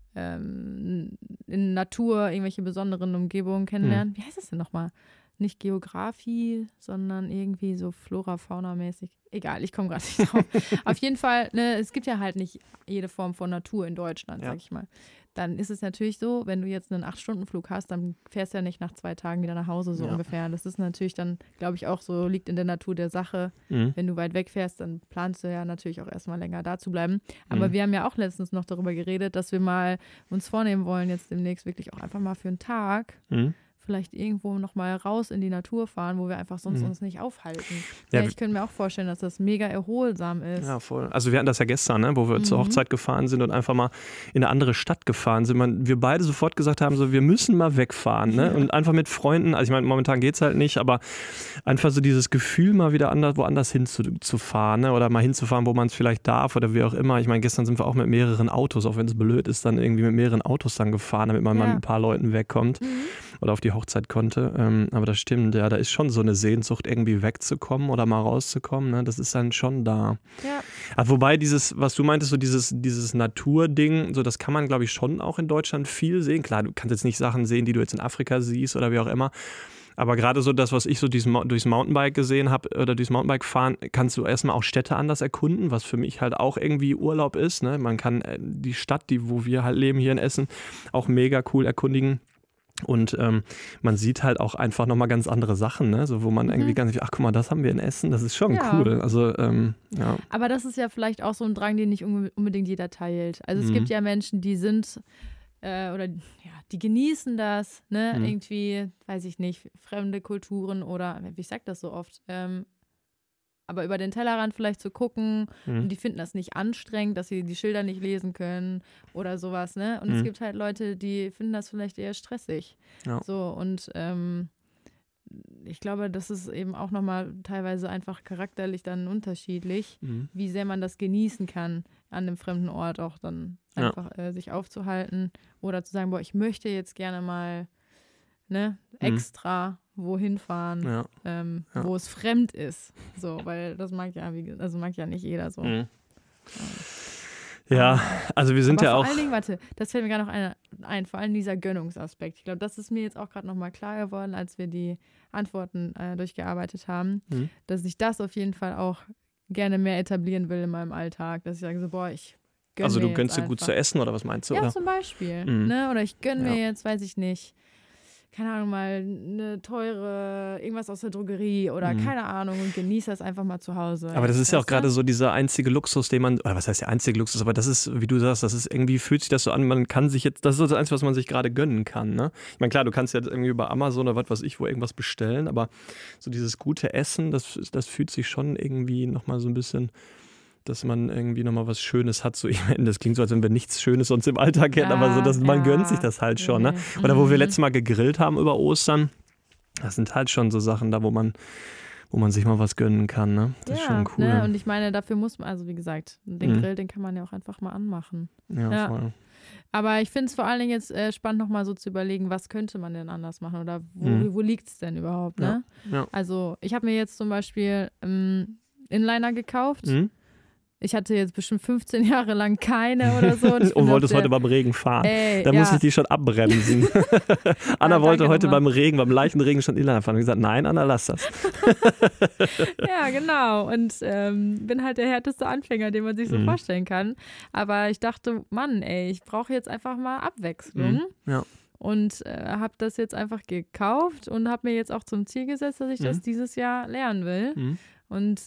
in Natur irgendwelche besonderen Umgebungen kennenlernen. Wie heißt das denn nochmal? Nicht Geografie, sondern irgendwie so Flora-Fauna-mäßig. Egal, ich komme gerade nicht drauf. Auf jeden Fall, ne, es gibt ja halt nicht jede Form von Natur in Deutschland, sag ich mal. Dann ist es natürlich so, wenn du jetzt einen 8-Stunden-Flug hast, dann fährst du ja nicht nach 2 Tagen wieder nach Hause, so ungefähr. Das ist natürlich dann, glaube ich, auch so, liegt in der Natur der Sache. Wenn du weit weg fährst, dann planst du ja natürlich auch erstmal länger da zu bleiben. Aber wir haben ja auch letztens noch darüber geredet, dass wir mal uns vornehmen wollen, jetzt demnächst wirklich auch einfach mal für einen Tag vielleicht irgendwo nochmal raus in die Natur fahren, wo wir einfach sonst uns nicht aufhalten. Ja, ich könnte mir auch vorstellen, dass das mega erholsam ist. Ja, voll. Also wir hatten das ja gestern, ne, wo wir zur Hochzeit gefahren sind und einfach mal in eine andere Stadt gefahren sind. Wir beide sofort gesagt haben, so, wir müssen mal wegfahren. Ne? Und einfach mit Freunden, also ich meine, momentan geht es halt nicht, aber einfach so dieses Gefühl, mal wieder woanders hinzufahren, ne? Oder mal hinzufahren, wo man es vielleicht darf oder wie auch immer. Ich meine, gestern sind wir auch mit mehreren Autos, auch wenn es blöd ist, dann irgendwie mit mehreren Autos dann gefahren, damit man mal mit ein paar Leuten wegkommt oder auf die Hochzeit konnte. Aber das stimmt, ja, da ist schon so eine Sehnsucht, irgendwie wegzukommen oder mal rauszukommen. Ne? Das ist dann schon da. Ja. Aber wobei was du meintest, so dieses Naturding, so das kann man, glaube ich, schon auch in Deutschland viel sehen. Klar, du kannst jetzt nicht Sachen sehen, die du jetzt in Afrika siehst oder wie auch immer. Aber gerade so das, was ich so durchs Mountainbike gesehen habe oder durchs Mountainbike fahren, kannst du erstmal auch Städte anders erkunden, was für mich halt auch irgendwie Urlaub ist. Ne? Man kann die Stadt, wo wir halt leben hier in Essen, auch mega cool erkundigen. Und man sieht halt auch einfach nochmal ganz andere Sachen, ne? So, wo man irgendwie ganz, ach guck mal, das haben wir in Essen, das ist schon cool. Also, ja. Aber das ist ja vielleicht auch so ein Drang, den nicht unbedingt jeder teilt. Also es gibt ja Menschen, die sind die genießen das, ne? Irgendwie, weiß ich nicht, fremde Kulturen oder, wie ich sag das so oft, aber über den Tellerrand vielleicht zu gucken und die finden das nicht anstrengend, dass sie die Schilder nicht lesen können oder sowas, ne? Und es gibt halt Leute, die finden das vielleicht eher stressig. Ja. So, und ich glaube, das ist eben auch nochmal teilweise einfach charakterlich dann unterschiedlich, wie sehr man das genießen kann, an einem fremden Ort auch dann einfach sich aufzuhalten oder zu sagen, boah, ich möchte jetzt gerne mal extra wohin fahren, wo es fremd ist. So, weil das mag ja nicht jeder so. Ja, also wir sind aber ja auch... vor allen Dingen, warte, das fällt mir gerade noch ein, vor allem dieser Gönnungsaspekt. Ich glaube, das ist mir jetzt auch gerade nochmal klar geworden, als wir die Antworten durchgearbeitet haben, dass ich das auf jeden Fall auch gerne mehr etablieren will in meinem Alltag, dass ich sage so, boah, ich gönne Also mir du gönnst dir einfach gut zu essen oder was meinst du? Ja, oder? zum Beispiel. Ne? Oder ich gönne mir jetzt, weiß ich nicht, keine Ahnung, mal eine teure, irgendwas aus der Drogerie oder keine Ahnung und genieße das einfach mal zu Hause. Aber das ist ja auch gerade so dieser einzige Luxus, den man, oder was heißt der einzige Luxus, aber das ist, wie du sagst, das ist irgendwie, fühlt sich das so an, man kann sich jetzt, das ist so das Einzige, was man sich gerade gönnen kann, ne? Ich meine, klar, du kannst ja irgendwie über Amazon oder was weiß ich, wo irgendwas bestellen, aber so dieses gute Essen, das fühlt sich schon irgendwie nochmal so ein bisschen, dass man irgendwie nochmal was Schönes hat. So, ich meine, das klingt so, als wenn wir nichts Schönes sonst im Alltag hätten, aber so, dass man gönnt sich das halt schon. Ne? Oder wo wir letztes Mal gegrillt haben über Ostern, das sind halt schon so Sachen da, wo man sich mal was gönnen kann. Ne? Das ist schon cool. Ne? Und ich meine, dafür muss man, also wie gesagt, den Grill, den kann man ja auch einfach mal anmachen. Ja. Voll. Aber ich finde es vor allen Dingen jetzt spannend, nochmal so zu überlegen, was könnte man denn anders machen oder wo liegt es denn überhaupt? Ne? Ja. Also ich habe mir jetzt zum Beispiel Inliner gekauft. Ich hatte jetzt bestimmt 15 Jahre lang keine oder so. Und wolltest heute beim Regen fahren. Da muss ich die schon abbremsen. Anna wollte heute beim leichten Regen schon Inliner fahren. Und ich gesagt, nein, Anna, lass das. Ja, genau. Und bin halt der härteste Anfänger, den man sich so vorstellen kann. Aber ich dachte, Mann, ich brauche jetzt einfach mal Abwechslung. Ja. Und habe das jetzt einfach gekauft und habe mir jetzt auch zum Ziel gesetzt, dass ich das dieses Jahr lernen will. Und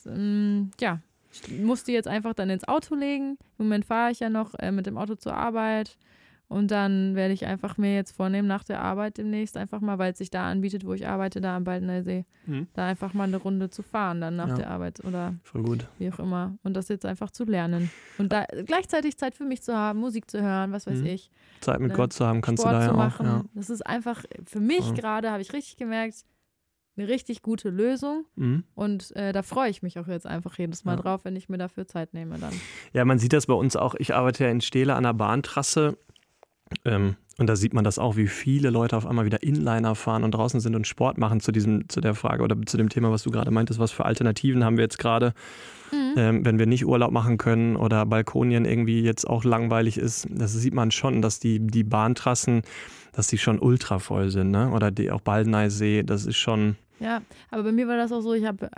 ich musste jetzt einfach dann ins Auto legen. Im Moment fahre ich ja noch mit dem Auto zur Arbeit. Und dann werde ich einfach mir jetzt vornehmen, nach der Arbeit demnächst einfach mal, weil es sich da anbietet, wo ich arbeite, da am Baldener See, da einfach mal eine Runde zu fahren dann nach der Arbeit oder voll gut. Wie auch immer. Und das jetzt einfach zu lernen. Und da gleichzeitig Zeit für mich zu haben, Musik zu hören, was weiß ich. Zeit mit Gott zu haben, kannst Sport du da ja zu auch. machen. Ja. Das ist einfach, für mich gerade, habe ich richtig gemerkt, eine richtig gute Lösung und da freue ich mich auch jetzt einfach jedes Mal drauf, wenn ich mir dafür Zeit nehme dann. Ja, man sieht das bei uns auch. Ich arbeite ja in Steele an der Bahntrasse und da sieht man das auch, wie viele Leute auf einmal wieder Inliner fahren und draußen sind und Sport machen zu der Frage oder zu dem Thema, was du gerade meintest, was für Alternativen haben wir jetzt gerade, wenn wir nicht Urlaub machen können oder Balkonien irgendwie jetzt auch langweilig ist. Das sieht man schon, dass die Bahntrassen, dass die schon ultra voll sind, ne? Oder auch Baldener See, das ist schon... Ja, aber bei mir war das auch so, ich habe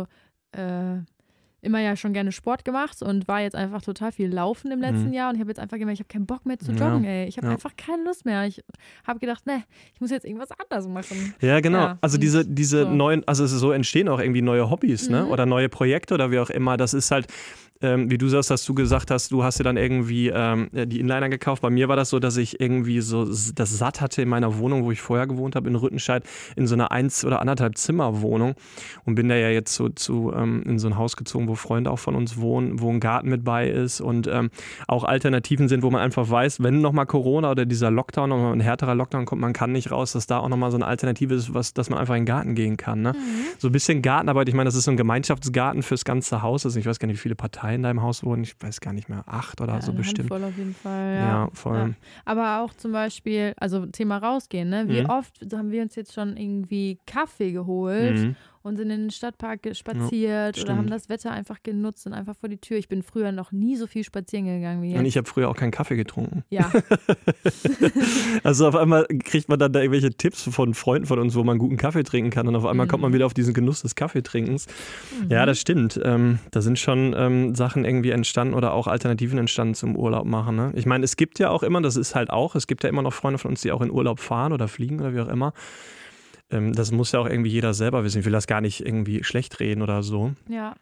immer ja schon gerne Sport gemacht und war jetzt einfach total viel laufen im letzten Jahr und ich habe jetzt einfach gemerkt, ich habe keinen Bock mehr zu joggen, Ich habe einfach keine Lust mehr. Ich habe gedacht, ich muss jetzt irgendwas anderes machen. Ja, genau. Ja, also diese neuen, also so entstehen auch irgendwie neue Hobbys, ne? Oder neue Projekte oder wie auch immer. Das ist halt, wie du sagst, dass du gesagt hast, du hast dir dann irgendwie die Inliner gekauft. Bei mir war das so, dass ich irgendwie so das satt hatte in meiner Wohnung, wo ich vorher gewohnt habe, in Rüttenscheid, in so einer 1- oder 1,5 Zimmer Wohnung und bin da ja jetzt in so ein Haus gezogen, wo Freunde auch von uns wohnen, wo ein Garten mit bei ist und auch Alternativen sind, wo man einfach weiß, wenn nochmal Corona oder dieser Lockdown, nochmal ein härterer Lockdown kommt, man kann nicht raus, dass da auch nochmal so eine Alternative ist, dass man einfach in den Garten gehen kann. Ne? So ein bisschen Gartenarbeit, ich meine, das ist so ein Gemeinschaftsgarten fürs ganze Haus, also ich weiß gar nicht, wie viele Parteien in deinem Haus wohnen, ich weiß gar nicht mehr, 8 oder so bestimmt. Voll auf jeden Fall, ja voll. Ja. Aber auch zum Beispiel, also Thema rausgehen, ne? Wie oft haben wir uns jetzt schon irgendwie Kaffee geholt und sind in den Stadtpark spaziert oder haben das Wetter einfach genutzt und einfach vor die Tür. Ich bin früher noch nie so viel spazieren gegangen wie jetzt. Und ich habe früher auch keinen Kaffee getrunken. Ja. Also auf einmal kriegt man dann da irgendwelche Tipps von Freunden von uns, wo man guten Kaffee trinken kann und auf einmal kommt man wieder auf diesen Genuss des Kaffeetrinkens. Ja, das stimmt. Da sind schon Sachen irgendwie entstanden oder auch Alternativen entstanden zum Urlaub machen. Ne? Ich meine, es gibt ja auch immer, es gibt ja immer noch Freunde von uns, die auch in Urlaub fahren oder fliegen oder wie auch immer. Das muss ja auch irgendwie jeder selber wissen. Ich will das gar nicht irgendwie schlecht reden oder so. Ja.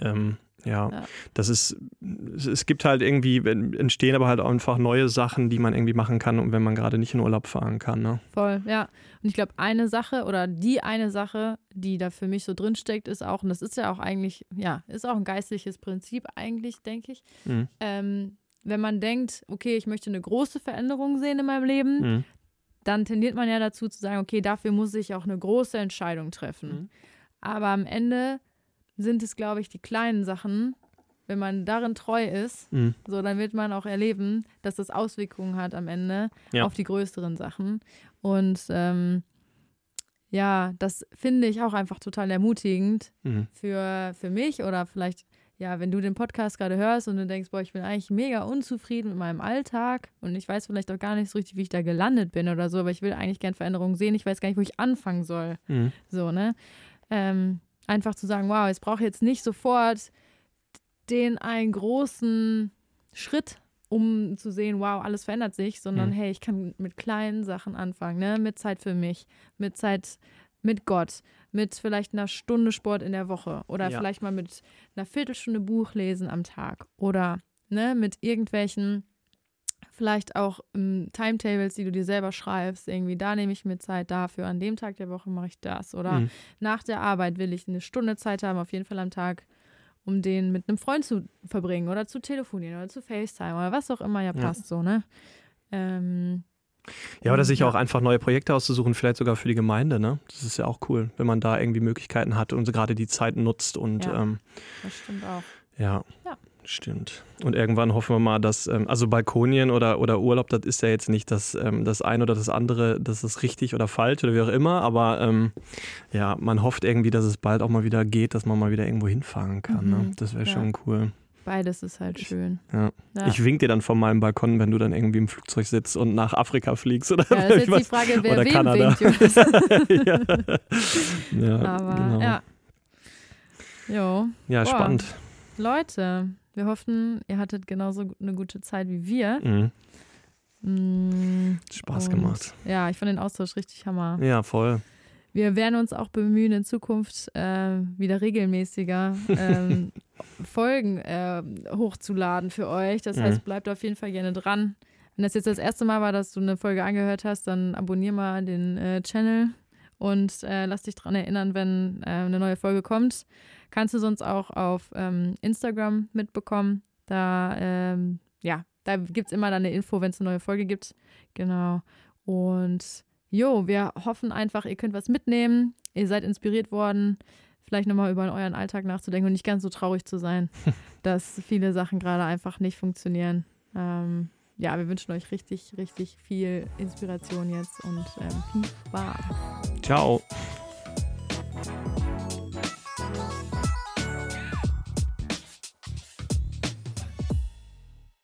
Es gibt halt irgendwie, entstehen aber halt auch einfach neue Sachen, die man irgendwie machen kann, und wenn man gerade nicht in Urlaub fahren kann. Ne? Voll, ja. Und ich glaube, eine Sache, die da für mich so drinsteckt, ist auch, und das ist ja auch eigentlich, ist auch ein geistliches Prinzip eigentlich, denke ich, wenn man denkt, okay, ich möchte eine große Veränderung sehen in meinem Leben, dann tendiert man ja dazu zu sagen, okay, dafür muss ich auch eine große Entscheidung treffen. Aber am Ende sind es, glaube ich, die kleinen Sachen, wenn man darin treu ist, so, dann wird man auch erleben, dass das Auswirkungen hat am Ende auf die größeren Sachen. Und das finde ich auch einfach total ermutigend für mich oder vielleicht, wenn du den Podcast gerade hörst und du denkst, boah, ich bin eigentlich mega unzufrieden mit meinem Alltag und ich weiß vielleicht auch gar nicht so richtig, wie ich da gelandet bin oder so, aber ich will eigentlich gerne Veränderungen sehen, ich weiß gar nicht, wo ich anfangen soll. So, ne? Einfach zu sagen, wow, ich brauche jetzt nicht sofort den einen großen Schritt, um zu sehen, wow, alles verändert sich, sondern hey, ich kann mit kleinen Sachen anfangen, ne? Mit Zeit für mich, mit Zeit mit Gott, mit vielleicht einer Stunde Sport in der Woche oder vielleicht mal mit einer Viertelstunde Buch lesen am Tag oder mit irgendwelchen vielleicht auch Timetables, die du dir selber schreibst, irgendwie, da nehme ich mir Zeit dafür, an dem Tag der Woche mache ich das oder nach der Arbeit will ich eine Stunde Zeit haben, auf jeden Fall am Tag, um den mit einem Freund zu verbringen oder zu telefonieren oder zu FaceTime oder was auch immer passt, so, ne? Oder sich auch einfach neue Projekte auszusuchen, vielleicht sogar für die Gemeinde, ne? Das ist ja auch cool, wenn man da irgendwie Möglichkeiten hat und gerade die Zeit nutzt und das stimmt auch. Ja. Stimmt. Und irgendwann hoffen wir mal, dass, also Balkonien oder Urlaub, das ist ja jetzt nicht das eine oder das andere, das ist richtig oder falsch oder wie auch immer, aber man hofft irgendwie, dass es bald auch mal wieder geht, dass man mal wieder irgendwo hinfahren kann. Ne? Das wäre schon cool. Beides ist halt schön. Ich wink dir dann von meinem Balkon, wenn du dann irgendwie im Flugzeug sitzt und nach Afrika fliegst. Oder das ist jetzt die Frage, wer wem Kanada. Winkt. Aber genau. Ja, spannend. Leute, wir hoffen, ihr hattet genauso eine gute Zeit wie wir. Spaß gemacht. Ja, ich fand den Austausch richtig Hammer. Ja, voll. Wir werden uns auch bemühen, in Zukunft wieder regelmäßiger Folgen hochzuladen für euch. Das heißt, bleibt auf jeden Fall gerne dran. Wenn das jetzt das erste Mal war, dass du eine Folge angehört hast, dann abonnier mal den Channel und lass dich daran erinnern, wenn eine neue Folge kommt. Kannst du sonst auch auf Instagram mitbekommen. Da gibt es immer dann eine Info, wenn es eine neue Folge gibt. Genau. Und wir hoffen einfach, ihr könnt was mitnehmen. Ihr seid inspiriert worden, vielleicht nochmal über euren Alltag nachzudenken und nicht ganz so traurig zu sein, dass viele Sachen gerade einfach nicht funktionieren. Wir wünschen euch richtig, richtig viel Inspiration jetzt und viel Spaß. Ciao.